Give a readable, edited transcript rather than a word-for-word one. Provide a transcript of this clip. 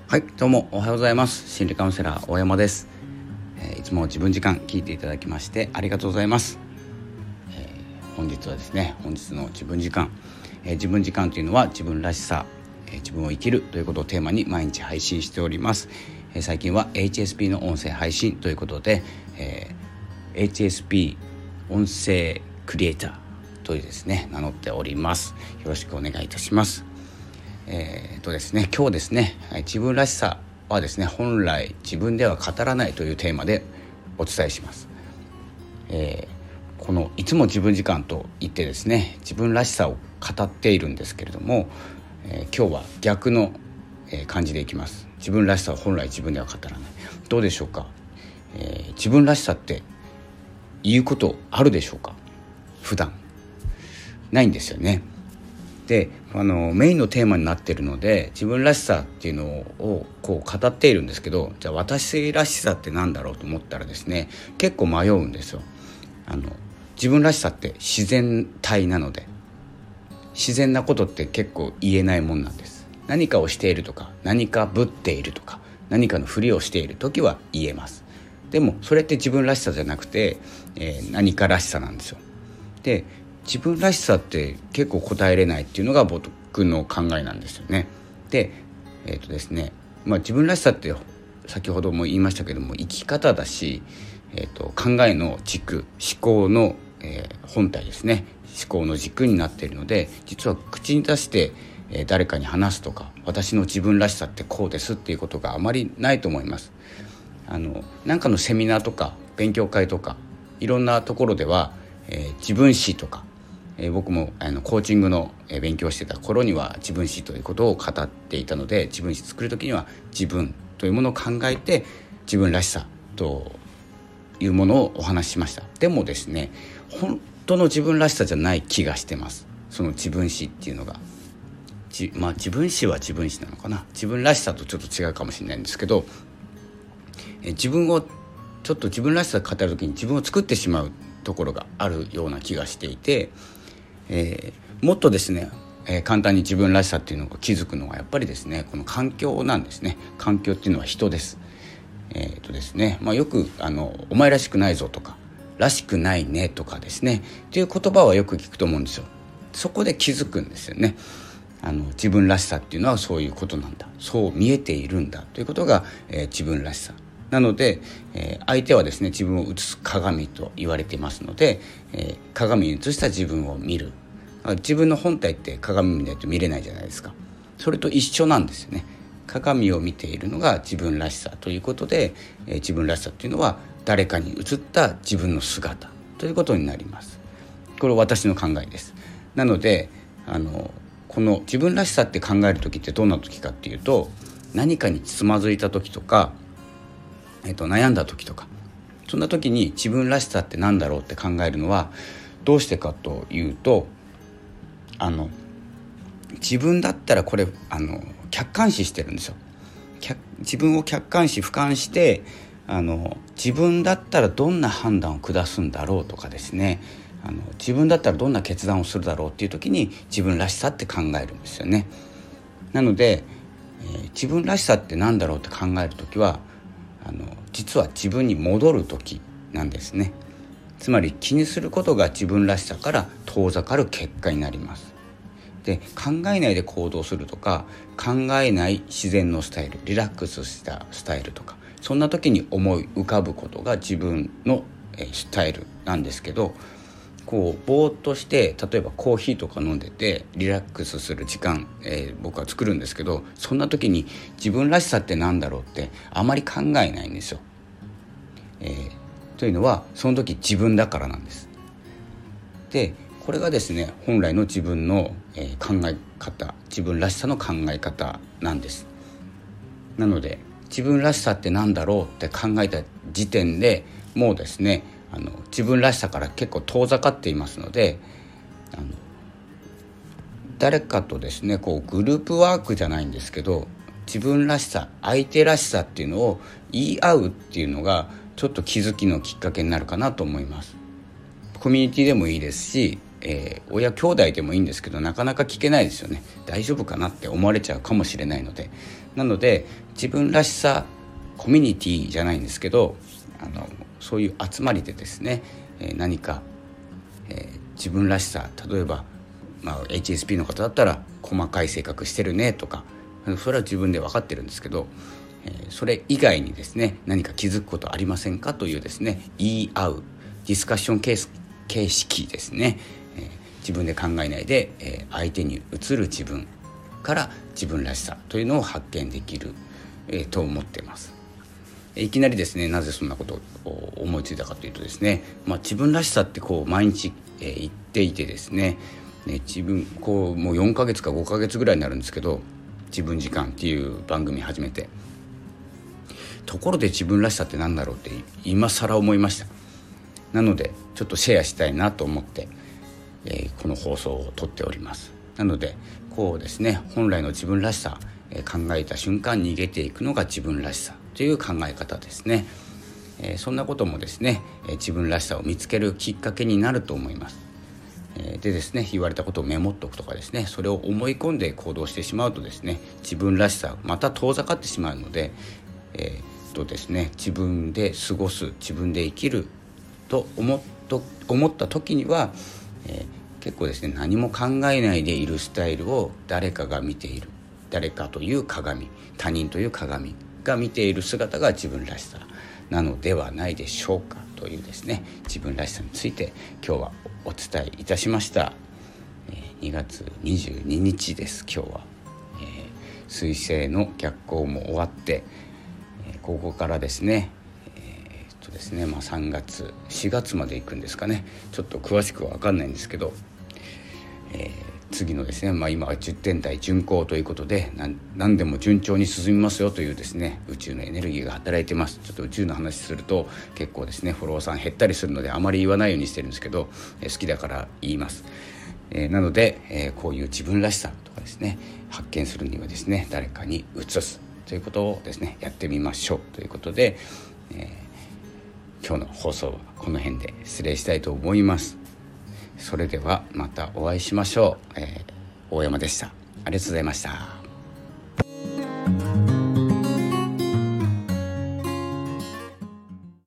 はい、どうもおはようございます。心理カウンセラー大山です。いつも自分時間聞いていただきましてありがとうございます。本日はですね、本日の自分時間、自分時間というのは自分らしさ、自分を生きるということをテーマに毎日配信しております。最近は HSP の音声配信ということで、HSP 音声クリエイターというですね名乗っております。よろしくお願いいたします。ですね、今日ですね、自分らしさはですね、本来自分では語らないというテーマでお伝えします。このいつも自分時間と言ってですね、自分らしさを語っているんですけれども、今日は逆の感じでいきます。自分らしさは本来自分では語らない。どうでしょうか。自分らしさって言うことあるでしょうか。普段ないんですよね。でメインのテーマになっているので、自分らしさっていうのをこう語っているんですけど、じゃあ私らしさってなんだろうと思ったらですね、結構迷うんですよ。自分らしさって自然体なので、自然なことって結構言えないもんなんです。何かをしているとか、何かぶっているとか、何かのふりをしている時は言えます。でもそれって自分らしさじゃなくて、何からしさなんですよ。で、自分らしさって結構答えれないっていうのが僕の考えなんですよね。で、ですね、自分らしさって先ほども言いましたけども、生き方だし、考えの軸、思考の、本体ですね、思考の軸になっているので、実は口に出して、誰かに話すとか、私の自分らしさってこうですっていうことがあまりないと思います。なんかのセミナーとか勉強会とかいろんなところでは、自分史とか、僕もコーチングの勉強してた頃には自分史ということを語っていたので、自分史作る時には自分というものを考えて自分らしさというものをお話ししました。でもですね、本当の自分らしさじゃない気がしてます。その自分史っていうのが自分史は自分史なのかな。自分らしさとちょっと違うかもしれないんですけど、自分をちょっと自分らしさを語る時に自分を作ってしまうところがあるような気がしていて、もっとですね、簡単に自分らしさっていうのが気づくのはやっぱりですね、この環境なんですね。環境っていうのは人です。ですね、よくお前らしくないぞとからしくないねとかですねっていう言葉はよく聞くと思うんですよ。そこで気づくんですよね。自分らしさっていうのはそういうことなんだ、そう見えているんだということが、自分らしさなので、相手はですね、自分を映す鏡と言われていますので、鏡に映した自分を見る。自分の本体って鏡見ないと見れないじゃないですか。それと一緒なんですよね。鏡を見ているのが自分らしさということで、自分らしさというのは誰かに映った自分の姿ということになります。これは私の考えです。なのでこの自分らしさって考える時ってどんな時かっていうと、何かにつまずいた時とか、悩んだ時とか、そんな時に自分らしさってなんだろうって考えるのはどうしてかというと、自分だったらこれ客観視してるんですよ。自分を客観視俯瞰して、自分だったらどんな判断を下すんだろうとかですね、自分だったらどんな決断をするだろうっていう時に自分らしさって考えるんですよね。なので、自分らしさってなんだろうって考える時は実は自分に戻る時なんですね。つまり気にすることが自分らしさから遠ざかる結果になります。で、考えないで行動するとか、考えない自然のスタイル、リラックスしたスタイルとか、そんな時に思い浮かぶことが自分のスタイルなんですけど、こうぼーっとして例えばコーヒーとか飲んでてリラックスする時間、僕は作るんですけど、そんな時に自分らしさってなんだろうってあまり考えないんですよ。というのはその時自分だからなんです。で、これがですね、本来の自分の、考え方、自分らしさの考え方なんです。なので自分らしさってなんだろうって考えた時点でもうですね、自分らしさから結構遠ざかっていますので、誰かとですねこうグループワークじゃないんですけど、自分らしさ、相手らしさっていうのを言い合うっていうのがちょっと気づきのきっかけになるかなと思います。コミュニティでもいいですし、親兄弟でもいいんですけど、なかなか聞けないですよね。大丈夫かなって思われちゃうかもしれないので、 なので自分らしさコミュニティじゃないんですけど、そういう集まりでですね、何か、自分らしさ、例えば、HSP の方だったら細かい性格してるねとか、それは自分で分かってるんですけど、それ以外にですね何か気づくことありませんかというですね、言い合うディスカッション形式ですね、自分で考えないで、相手に映る自分から自分らしさというのを発見できる、と思っています。いきなりですね、なぜそんなことを思いついたかというとですね、自分らしさって毎日、言っていてですね、自分もう4ヶ月か5ヶ月ぐらいになるんですけど、自分時間っていう番組始めて、ところで自分らしさって何だろうって今更思いました。なのでちょっとシェアしたいなと思って、この放送を撮っております。なのでですね、本来の自分らしさ、考えた瞬間逃げていくのが自分らしさという考え方ですね。そんなこともですね、自分らしさを見つけるきっかけになると思います。でですね、言われたことをメモっとくとかですね、それを思い込んで行動してしまうとですね、自分らしさまた遠ざかってしまうので、ですね、自分で過ごす、自分で生きると思った時には、結構ですね、何も考えないでいるスタイルを誰かが見ている、誰かという鏡、他人という鏡が見ている姿が自分らしさなのではないでしょうかというですね、自分らしさについて今日はお伝えいたしました。2月22日です。今日は、水星の逆行も終わって、ここからですね、3月4月まで行くんですかね、ちょっと詳しくは分かんないんですけど、次のですね、今は10天体順行ということで、何でも順調に進みますよというですね、宇宙のエネルギーが働いてます。ちょっと宇宙の話すると結構ですねフォロワーさん減ったりするので、あまり言わないようにしてるんですけど、好きだから言います。なので、こういう自分らしさとかですね、発見するにはですね、誰かに移すということをですねやってみましょうということで、今日の放送はこの辺で失礼したいと思います。それではまたお会いしましょう。大山でした。ありがとうございました。